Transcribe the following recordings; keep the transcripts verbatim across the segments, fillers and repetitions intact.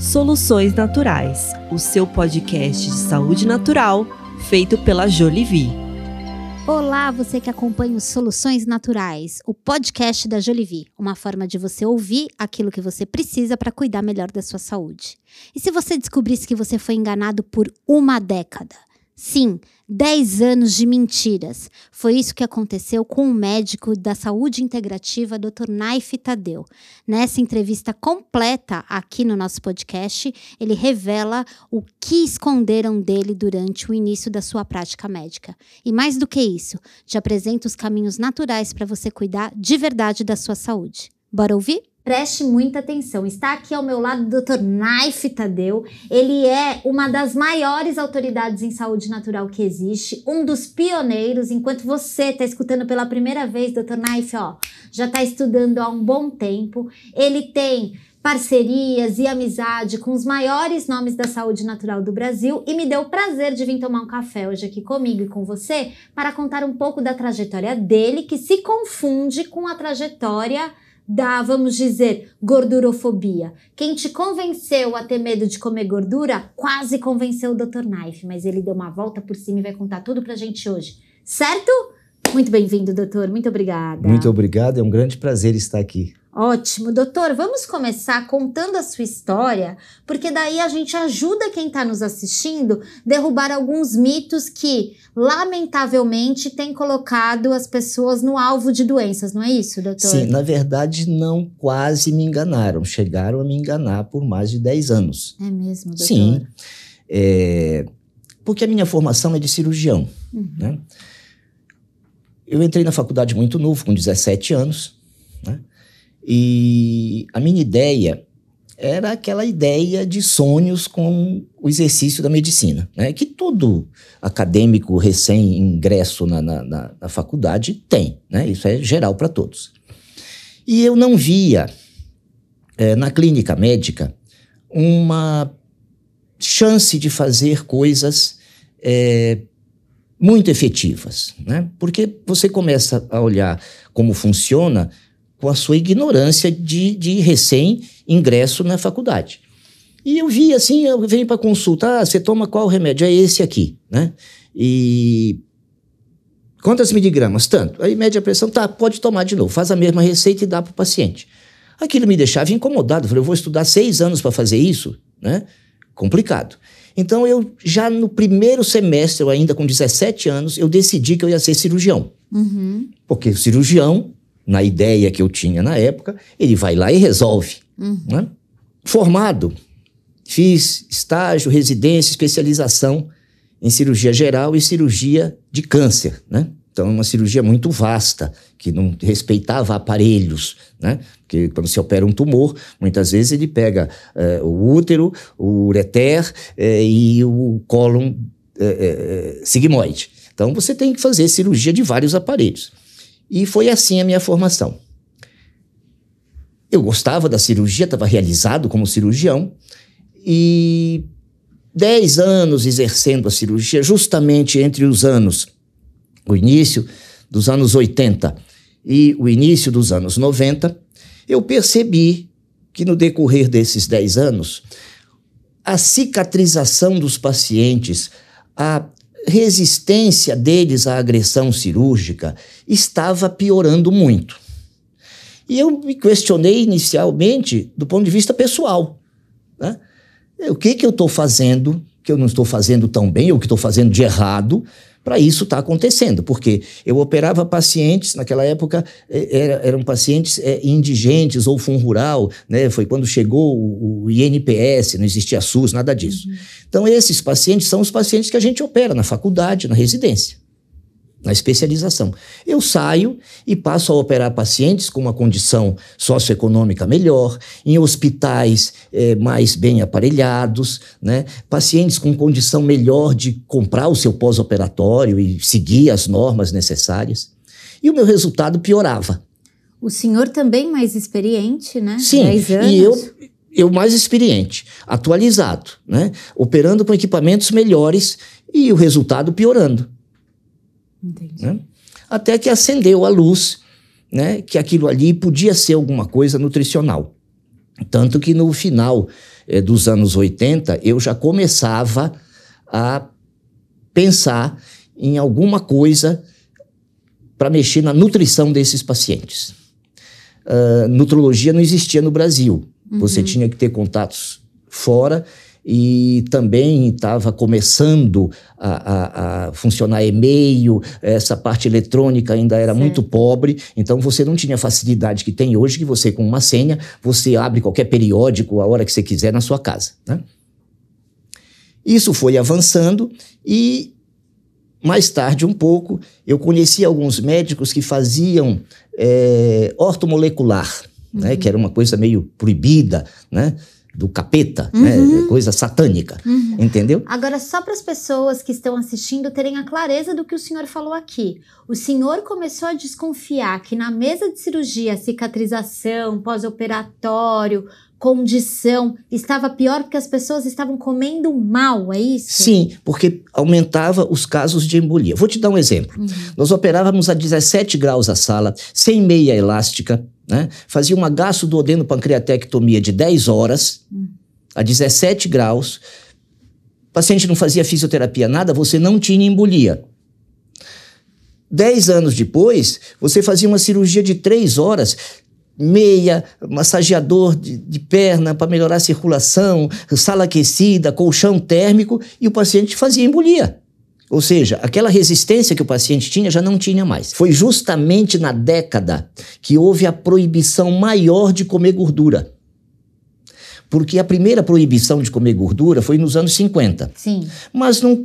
Soluções Naturais, o seu podcast de saúde natural feito pela Jolivie. Olá, você que acompanha o Soluções Naturais, o podcast da Jolivie, uma forma de você ouvir aquilo que você precisa para cuidar melhor da sua saúde. E se você descobrisse que você foi enganado por uma década? Sim, dez anos de mentiras. Foi isso que aconteceu com o médico da saúde integrativa, doutor Naif Tadeu. Nessa entrevista completa aqui no nosso podcast, ele revela o que esconderam dele durante o início da sua prática médica. E mais do que isso, te apresenta os caminhos naturais para você cuidar de verdade da sua saúde. Bora ouvir? Preste muita atenção. Está aqui ao meu lado o doutor Naif Tadeu. Ele é uma das maiores autoridades em saúde natural que existe, um dos pioneiros. Enquanto você está escutando pela primeira vez, doutor Naif, ó, já está estudando há um bom tempo. Ele tem parcerias e amizade com os maiores nomes da saúde natural do Brasil e me deu o prazer de vir tomar um café hoje aqui comigo e com você para contar um pouco da trajetória dele, que se confunde com a trajetória da, vamos dizer, gordurofobia. Quem te convenceu a ter medo de comer gordura, quase convenceu o doutor Naif, mas ele deu uma volta por cima e vai contar tudo pra gente hoje. Certo? Muito bem-vindo, doutor. Muito obrigada. Muito obrigado. É um grande prazer estar aqui. Ótimo. Doutor, vamos começar contando a sua história, porque daí a gente ajuda quem está nos assistindo a derrubar alguns mitos que, lamentavelmente, têm colocado as pessoas no alvo de doenças, não é isso, doutor? Sim, na verdade, não quase me enganaram. Chegaram a me enganar por mais de dez anos. É mesmo, doutor? Sim, é, porque a minha formação é de cirurgião, uhum. né? Eu entrei na faculdade muito novo, com dezessete anos, né? E a minha ideia era aquela ideia de sonhos com o exercício da medicina, né? Que todo acadêmico recém-ingresso na, na, na, na faculdade tem, né? Isso é geral para todos. E eu não via é, na clínica médica uma chance de fazer coisas é, muito efetivas, né? Porque você começa a olhar como funciona com a sua ignorância de, de recém-ingresso na faculdade. E eu vi assim, eu venho para consulta, ah, você toma qual remédio? É esse aqui, né? E quantas miligramas? Tanto. Aí mede a pressão, tá, pode tomar de novo, faz a mesma receita e dá para o paciente. Aquilo me deixava incomodado, eu falei, eu vou estudar seis anos para fazer isso, né? Complicado. Então eu, já no primeiro semestre, eu ainda com dezessete anos, eu decidi que eu ia ser cirurgião. Uhum. Porque o cirurgião, na ideia que eu tinha na época, ele vai lá e resolve. Uhum. Né? Formado, fiz estágio, residência, especialização em cirurgia geral e cirurgia de câncer, né? Então, uma cirurgia muito vasta, que não respeitava aparelhos, né? Porque quando se opera um tumor, muitas vezes ele pega eh, o útero, o ureter eh, e o cólon eh, eh, sigmoide. Então, você tem que fazer cirurgia de vários aparelhos. E foi assim a minha formação. Eu gostava da cirurgia, estava realizado como cirurgião, e dez anos exercendo a cirurgia, justamente entre os anos, o início dos anos oitenta e o início dos anos noventa, eu percebi que no decorrer desses dez anos, a cicatrização dos pacientes, a resistência deles à agressão cirúrgica estava piorando muito. E eu me questionei inicialmente do ponto de vista pessoal, né? O que que eu estou fazendo que eu não estou fazendo tão bem, ou o que estou fazendo de errado para isso estar tá acontecendo? Porque eu operava pacientes, naquela época era, eram pacientes é, indigentes ou fundo rural, né? Foi quando chegou o, o I N P S, não existia SUS, nada disso. Uhum. Então esses pacientes são os pacientes que a gente opera na faculdade, na residência, na especialização. Eu saio e passo a operar pacientes com uma condição socioeconômica melhor, em hospitais eh, mais bem aparelhados, né? Pacientes com condição melhor de comprar o seu pós-operatório e seguir as normas necessárias. E o meu resultado piorava. O senhor também mais experiente, né? Sim, dez anos. E eu, eu mais experiente, atualizado, né? Operando com equipamentos melhores e o resultado piorando. Entendi. Né? Até que acendeu a luz, né, que aquilo ali podia ser alguma coisa nutricional. Tanto que no final eh, dos anos oitenta, eu já começava a pensar em alguma coisa para mexer na nutrição desses pacientes. Uh, nutrologia não existia no Brasil. Uhum. Você tinha que ter contatos fora e também estava começando a, a, a funcionar e-mail, essa parte eletrônica ainda era certo. Muito pobre, então você não tinha a facilidade que tem hoje, que você com uma senha, você abre qualquer periódico a hora que você quiser na sua casa, né? Isso foi avançando e mais tarde um pouco eu conheci alguns médicos que faziam é, ortomolecular, uhum. né, que era uma coisa meio proibida, né? Do capeta, uhum. né? Coisa satânica, uhum. entendeu? Agora, só para as pessoas que estão assistindo terem a clareza do que o senhor falou aqui. O senhor começou a desconfiar que na mesa de cirurgia, cicatrização, pós-operatório, condição, estava pior porque as pessoas estavam comendo mal, é isso? Sim, porque aumentava os casos de embolia. Vou te dar um exemplo. Uhum. Nós operávamos a dezessete graus a sala, sem meia elástica, né? Fazia uma gastrocduodenopancreatectomia de dez horas, hum. a dezessete graus. O paciente não fazia fisioterapia, nada, você não tinha embolia. Dez anos depois, você fazia uma cirurgia de três horas, meia, massageador de, de perna para melhorar a circulação, sala aquecida, colchão térmico, e o paciente fazia embolia. Ou seja, aquela resistência que o paciente tinha já não tinha mais. Foi justamente na década que houve a proibição maior de comer gordura. Porque a primeira proibição de comer gordura foi nos anos cinquenta. Sim. Mas não...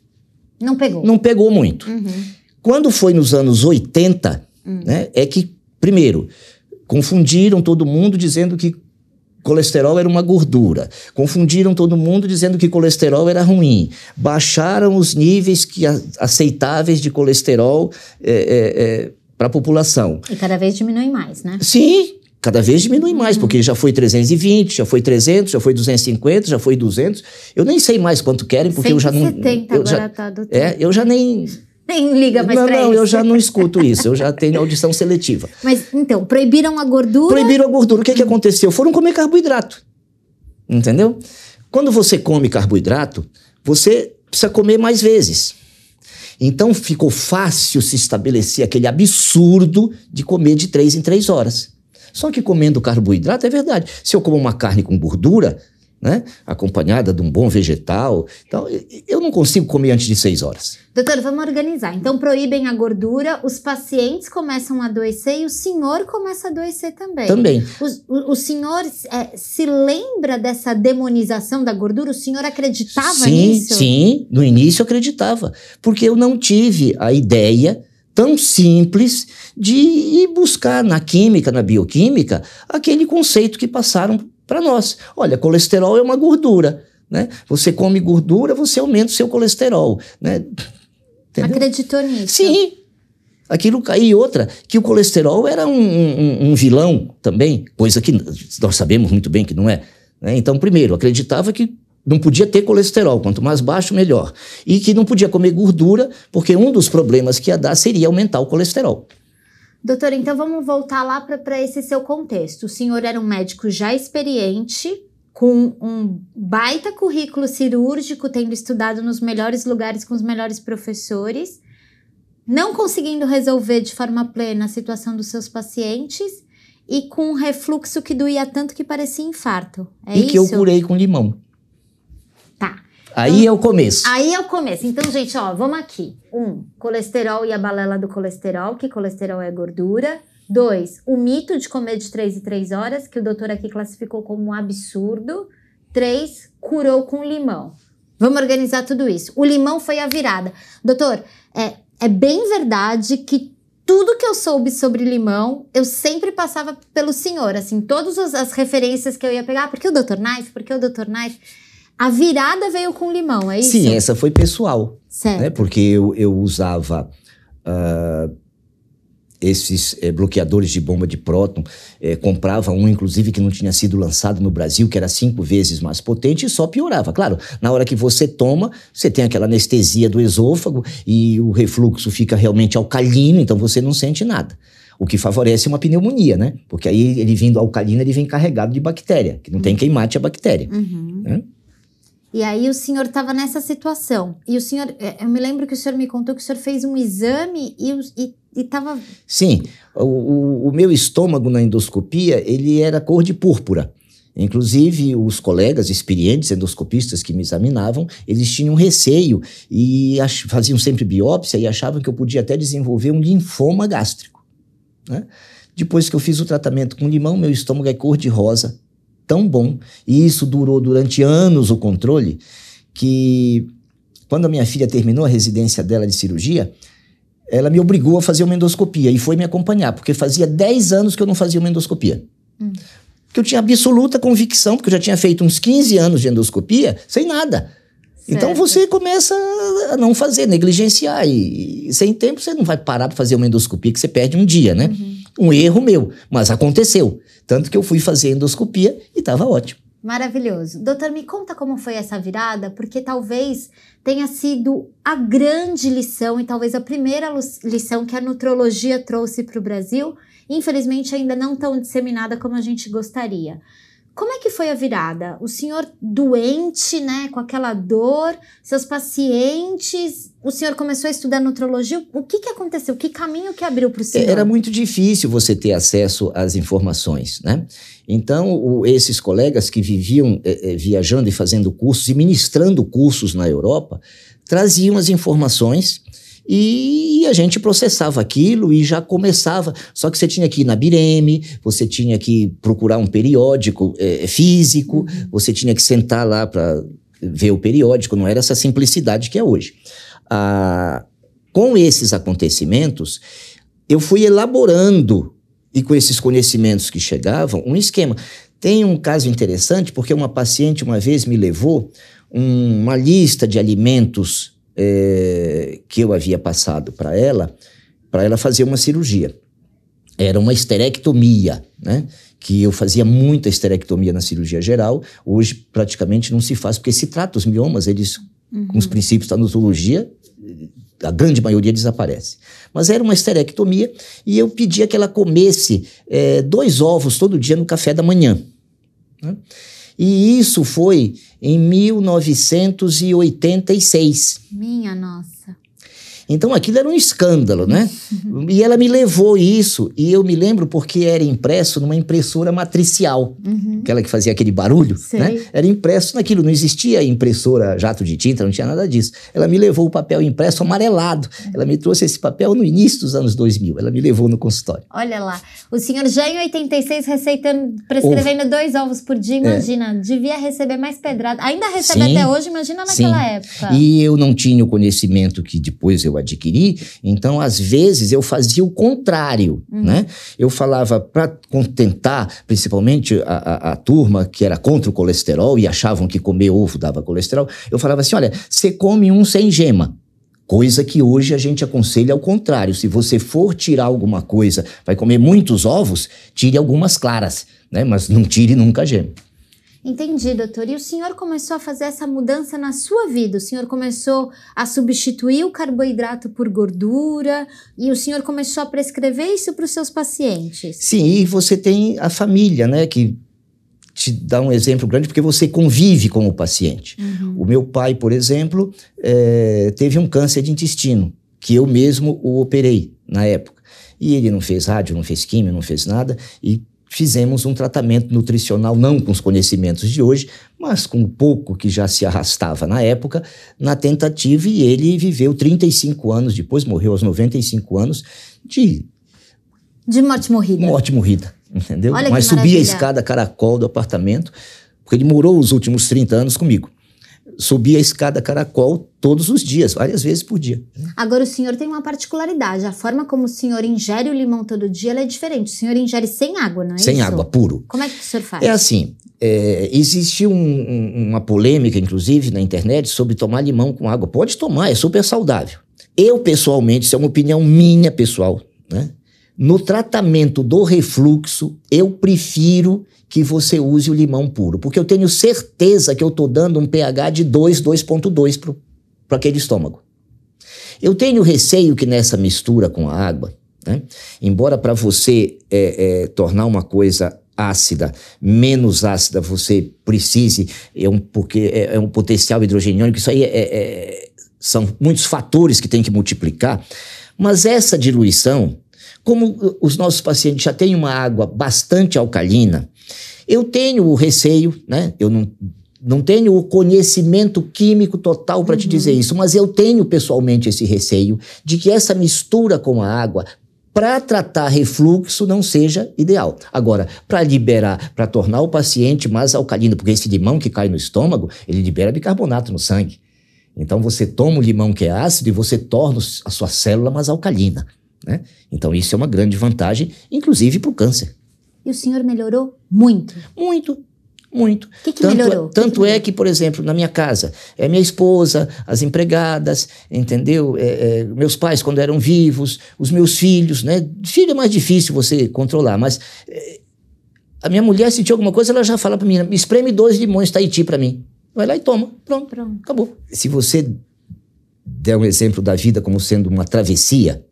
Não pegou. Não pegou muito. Uhum. Quando foi nos anos oitenta, uhum. né, é que, primeiro, confundiram todo mundo dizendo que colesterol era uma gordura. Confundiram todo mundo dizendo que colesterol era ruim. Baixaram os níveis que, a, aceitáveis de colesterol é, é, é, para a população. E cada vez diminui mais, né? Sim, cada vez diminui mais, uhum. porque já foi trezentos e vinte, já foi trezentos, já foi duzentos e cinquenta, já foi duzentos. Eu nem sei mais quanto querem, porque eu já não... cento e setenta eu agora já, tá, doutor. É, eu já nem... Nem liga mais não, pra não, isso. Não, eu já não escuto isso, eu já tenho audição seletiva. Mas, então, proibiram a gordura... Proibiram a gordura. O que, que aconteceu? Foram comer carboidrato. Entendeu? Quando você come carboidrato, você precisa comer mais vezes. Então, ficou fácil se estabelecer aquele absurdo de comer de três em três horas. Só que comendo carboidrato, é verdade. Se eu como uma carne com gordura, né, acompanhada de um bom vegetal, então, eu não consigo comer antes de seis horas. Doutor, vamos organizar. Então, proíbem a gordura, os pacientes começam a adoecer e o senhor começa a adoecer também. Também. O, o, o senhor é, se lembra dessa demonização da gordura? O senhor acreditava sim, nisso? Sim, no início eu acreditava. Porque eu não tive a ideia tão simples de ir buscar na química, na bioquímica, aquele conceito que passaram para nós. Olha, colesterol é uma gordura, né? Você come gordura, você aumenta o seu colesterol, né? Entendeu? Acreditou nisso? Sim. Aquilo e outra, que o colesterol era um, um, um vilão também, coisa que nós sabemos muito bem que não é, né? Então, primeiro, acreditava que não podia ter colesterol, quanto mais baixo, melhor. E que não podia comer gordura, porque um dos problemas que ia dar seria aumentar o colesterol. Doutor, então vamos voltar lá para esse seu contexto. O senhor era um médico já experiente, com um baita currículo cirúrgico, tendo estudado nos melhores lugares com os melhores professores, não conseguindo resolver de forma plena a situação dos seus pacientes e com um refluxo que doía tanto que parecia infarto. É e isso? que eu curei com limão. Tá. Aí então, é o começo. Aí é o começo. Então, gente, ó, vamos aqui. Um, colesterol e a balela do colesterol, que colesterol é gordura. Dois, o mito de comer de três em três horas, que o doutor aqui classificou como um absurdo. Três, curou com limão. Vamos organizar tudo isso. O limão foi a virada. Doutor, é, é bem verdade que tudo que eu soube sobre limão, eu sempre passava pelo senhor, assim, todas as referências que eu ia pegar. Por que o doutor Knife? Por que o doutor Knife? A virada veio com limão, é isso? Sim, essa foi pessoal. Certo. Né? Porque eu, eu usava uh, esses eh, bloqueadores de bomba de próton, eh, comprava um, inclusive, que não tinha sido lançado no Brasil, que era cinco vezes mais potente e só piorava. Claro, na hora que você toma, você tem aquela anestesia do esôfago e o refluxo fica realmente alcalino, então você não sente nada. O que favorece uma pneumonia, né? Porque aí ele vindo alcalino, ele vem carregado de bactéria, que não tem quem mate a bactéria. Uhum. Né? E aí o senhor estava nessa situação. E o senhor, eu me lembro que o senhor me contou que o senhor fez um exame e estava... Sim, o, o, o meu estômago na endoscopia, ele era cor de púrpura. Inclusive, os colegas experientes endoscopistas que me examinavam, eles tinham receio e ach- faziam sempre biópsia e achavam que eu podia até desenvolver um linfoma gástrico. Né? Depois que eu fiz o tratamento com limão, meu estômago é cor de rosa, tão bom, e isso durou durante anos o controle, que quando a minha filha terminou a residência dela de cirurgia, ela me obrigou a fazer uma endoscopia e foi me acompanhar, porque fazia dez anos que eu não fazia uma endoscopia. Hum. Que eu tinha absoluta convicção, porque eu já tinha feito uns quinze anos de endoscopia sem nada. Certo. Então você começa a não fazer, negligenciar, e, e sem tempo você não vai parar para fazer uma endoscopia que você perde um dia, né? Uhum. Um erro meu, mas aconteceu. Tanto que eu fui fazer endoscopia e estava ótimo. Maravilhoso. Doutor, me conta como foi essa virada, porque talvez tenha sido a grande lição e talvez a primeira lição que a nutrologia trouxe para o Brasil, infelizmente ainda não tão disseminada como a gente gostaria. Como é que foi a virada? O senhor doente, né, com aquela dor, seus pacientes, o senhor começou a estudar nutrologia, o que que aconteceu? Que caminho que abriu para o senhor? Era muito difícil você ter acesso às informações, né? Então, o, esses colegas que viviam eh, eh, viajando e fazendo cursos e ministrando cursos na Europa, traziam as informações e a gente processava aquilo e já começava. Só que você tinha que ir na Bireme, você tinha que procurar um periódico é, físico, uhum. você tinha que sentar lá para ver o periódico, não era essa simplicidade que é hoje. Ah, com esses acontecimentos, eu fui elaborando, e com esses conhecimentos que chegavam, um esquema. Tem um caso interessante, porque uma paciente uma vez me levou um, uma lista de alimentos É, que eu havia passado para ela, para ela fazer uma cirurgia. Era uma esterectomia, né? Que eu fazia muita esterectomia na cirurgia geral. Hoje praticamente não se faz, porque se trata os miomas, eles, uhum. com os princípios da notologia, a grande maioria desaparece. Mas era uma esterectomia e eu pedia que ela comesse é, dois ovos todo dia no café da manhã. Né? E isso foi em mil novecentos e oitenta e seis. Minha nossa. Então aquilo era um escândalo, né? Uhum. E ela me levou isso, e eu me lembro porque era impresso numa impressora matricial, uhum. aquela que fazia aquele barulho, Sei. né? Era impresso naquilo, não existia impressora jato de tinta, não tinha nada disso. Ela me levou o papel impresso amarelado, ela me trouxe esse papel no início dos anos dois mil, ela me levou no consultório. Olha lá, o senhor já em oitenta e seis receitando, prescrevendo Ovo. dois ovos por dia, imagina, é. devia receber mais pedrada, ainda recebe Sim. até hoje, imagina naquela Sim. época. E eu não tinha o conhecimento que depois eu adquiri, então às vezes eu fazia o contrário, uhum. né? Eu falava para contentar principalmente a, a, a turma que era contra o colesterol e achavam que comer ovo dava colesterol, eu falava assim, olha, você come um sem gema, coisa que hoje a gente aconselha ao contrário, se você for tirar alguma coisa, vai comer muitos ovos, tire algumas claras, né? Mas não tire nunca a gema. Entendi, doutor. E o senhor começou a fazer essa mudança na sua vida? O senhor começou a substituir o carboidrato por gordura e o senhor começou a prescrever isso para os seus pacientes? Sim, e você tem a família, né, que te dá um exemplo grande porque você convive com o paciente. Uhum. O meu pai, por exemplo, é, teve um câncer de intestino, que eu mesmo o operei na época. E ele não fez rádio, não fez químio, não fez nada e fizemos um tratamento nutricional, não com os conhecimentos de hoje, mas com o pouco que já se arrastava na época, na tentativa, e ele viveu trinta e cinco anos, depois morreu aos noventa e cinco anos, de... De morte morrida. Morte morrida, entendeu? Olha mas subia a escada caracol do apartamento, porque ele morou os últimos trinta anos comigo. Subia a escada caracol todos os dias, várias vezes por dia. Agora, o senhor tem uma particularidade. A forma como o senhor ingere o limão todo dia, ela é diferente. O senhor ingere sem água, não é sem isso? Sem água, puro. Como é que o senhor faz? É assim, é, existe um, um, uma polêmica, inclusive, na internet, sobre tomar limão com água. Pode tomar, é super saudável. Eu, pessoalmente, isso é uma opinião minha pessoal, né? No tratamento do refluxo, eu prefiro que você use o limão puro, porque eu tenho certeza que eu estou dando um pH de dois, dois ponto dois para aquele estômago. Eu tenho receio que nessa mistura com a água, né? Embora para você é, é, tornar uma coisa ácida, menos ácida, você precise, é um, porque é, é um potencial hidrogeniônico, isso aí é, é, são muitos fatores que tem que multiplicar, mas essa diluição, como os nossos pacientes já têm uma água bastante alcalina, eu tenho o receio, né? Eu não, não tenho o conhecimento químico total para uhum. te dizer isso, mas eu tenho pessoalmente esse receio de que essa mistura com a água, para tratar refluxo, não seja ideal. Agora, para liberar, para tornar o paciente mais alcalino, porque esse limão que cai no estômago, ele libera bicarbonato no sangue. Então, você toma o limão que é ácido e você torna a sua célula mais alcalina, né? Então, isso é uma grande vantagem, inclusive para o câncer. E o senhor melhorou muito? Muito, muito. O que, que tanto, melhorou? Tanto que que melhorou? é que, por exemplo, na minha casa, é minha esposa, as empregadas, entendeu? É, é, meus pais, quando eram vivos, os meus filhos, né? Filho é mais difícil você controlar, mas é, a minha mulher sentiu alguma coisa, ela já fala para mim, espreme dois limões Tahiti para mim. Vai lá e toma. Pronto, Pronto, acabou. Se você der um exemplo da vida como sendo uma travessia,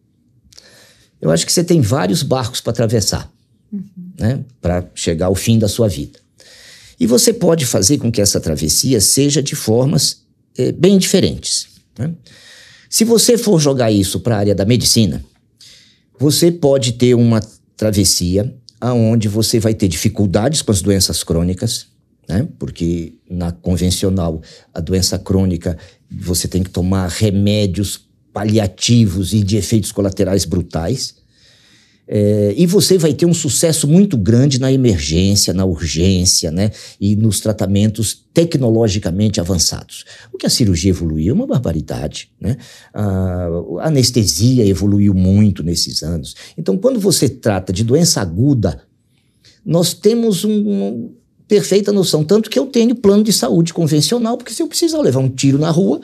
eu acho que você tem vários barcos para atravessar. Uhum. Né, para chegar ao fim da sua vida. E você pode fazer com que essa travessia seja de formas eh, bem diferentes. Né? Se você for jogar isso para a área da medicina, você pode ter uma travessia onde você vai ter dificuldades com as doenças crônicas, né? Porque na convencional, a doença crônica, você tem que tomar remédios paliativos e de efeitos colaterais brutais. É, e você vai ter um sucesso muito grande na emergência, na urgência, né? E nos tratamentos tecnologicamente avançados. O que a cirurgia evoluiu é uma barbaridade, né? A anestesia evoluiu muito nesses anos. Então, quando você trata de doença aguda, nós temos um, uma perfeita noção, tanto que eu tenho plano de saúde convencional, porque se eu precisar levar um tiro na rua,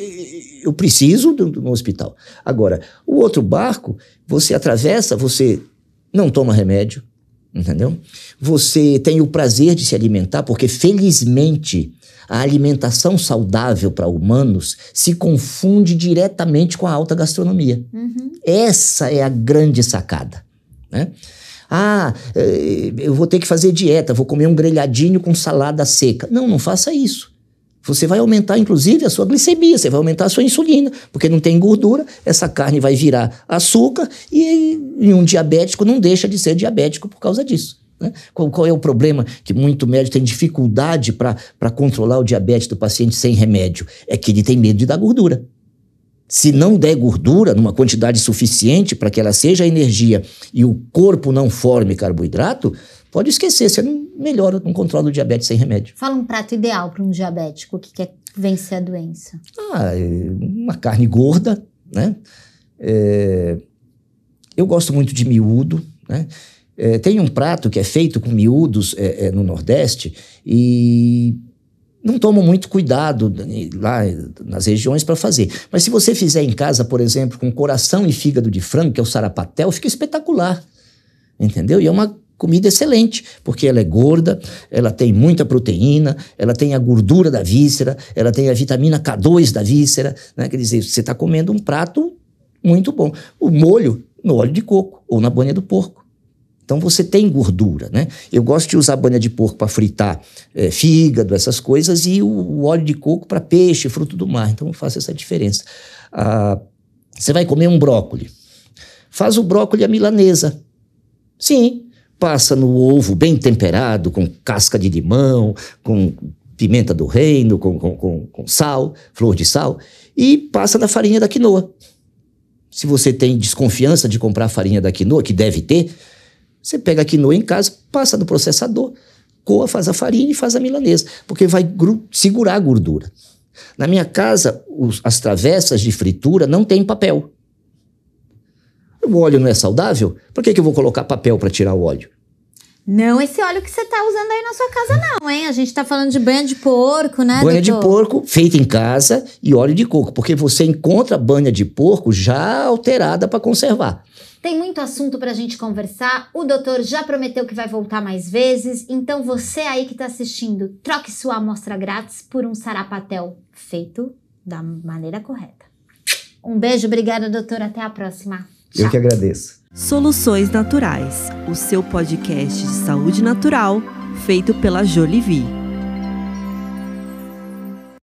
eu preciso do, do, no hospital. Agora, o outro barco, você atravessa, você não toma remédio, entendeu? Você tem o prazer de se alimentar, porque felizmente a alimentação saudável para humanos se confunde diretamente com a alta gastronomia. Uhum. Essa é a grande sacada, né? Ah, eu vou ter que fazer dieta, vou comer um grelhadinho com salada seca. Não, não faça isso. Você vai aumentar, inclusive, a sua glicemia, você vai aumentar a sua insulina, porque não tem gordura, essa carne vai virar açúcar e, e um diabético não deixa de ser diabético por causa disso, né? Qual, qual é o problema que muito médico tem dificuldade para controlar o diabetes do paciente sem remédio? É que ele tem medo de dar gordura. Se não der gordura numa quantidade suficiente para que ela seja energia e o corpo não forme carboidrato, pode esquecer, você não melhora, não controla o diabetes sem remédio. Fala um prato ideal para um diabético que quer vencer a doença. Ah, uma carne gorda, né? É, eu gosto muito de miúdo, né? É, tem um prato que é feito com miúdos é, é, no Nordeste e não tomam muito cuidado lá nas regiões para fazer. Mas se você fizer em casa, por exemplo, com coração e fígado de frango, que é o sarapatel, fica espetacular, entendeu? E é uma comida excelente, porque ela é gorda, ela tem muita proteína, ela tem a gordura da víscera, ela tem a vitamina K dois da víscera, né? Quer dizer, você está comendo um prato muito bom. O molho no óleo de coco ou na banha do porco. Então você tem gordura, né? Eu gosto de usar banha de porco para fritar é, fígado, essas coisas, e o, o óleo de coco para peixe, fruto do mar. Então eu faço essa diferença. Ah, você vai comer um brócolis. Faz o brócolis à milanesa. Sim. Passa no ovo bem temperado, com casca de limão, com pimenta do reino, com, com, com, com sal, flor de sal, e passa na farinha da quinoa. Se você tem desconfiança de comprar farinha da quinoa, que deve ter, você pega a quinoa em casa, passa no processador, coa, faz a farinha e faz a milanesa, porque vai segurar a gordura. Na minha casa, os, as travessas de fritura não têm papel. O óleo não é saudável? Por que que eu vou colocar papel para tirar o óleo? Não esse óleo que você tá usando aí na sua casa não, hein? A gente tá falando de banha de porco, né, Banha doutor? de porco feita em casa e óleo de coco, porque você encontra banha de porco já alterada para conservar. Tem muito assunto pra gente conversar, o doutor já prometeu que vai voltar mais vezes, então você aí que tá assistindo, troque sua amostra grátis por um sarapatel feito da maneira correta. Um beijo, obrigada, doutor, até a próxima. Eu que agradeço. Soluções Naturais, o seu podcast de saúde natural feito pela Jolivie.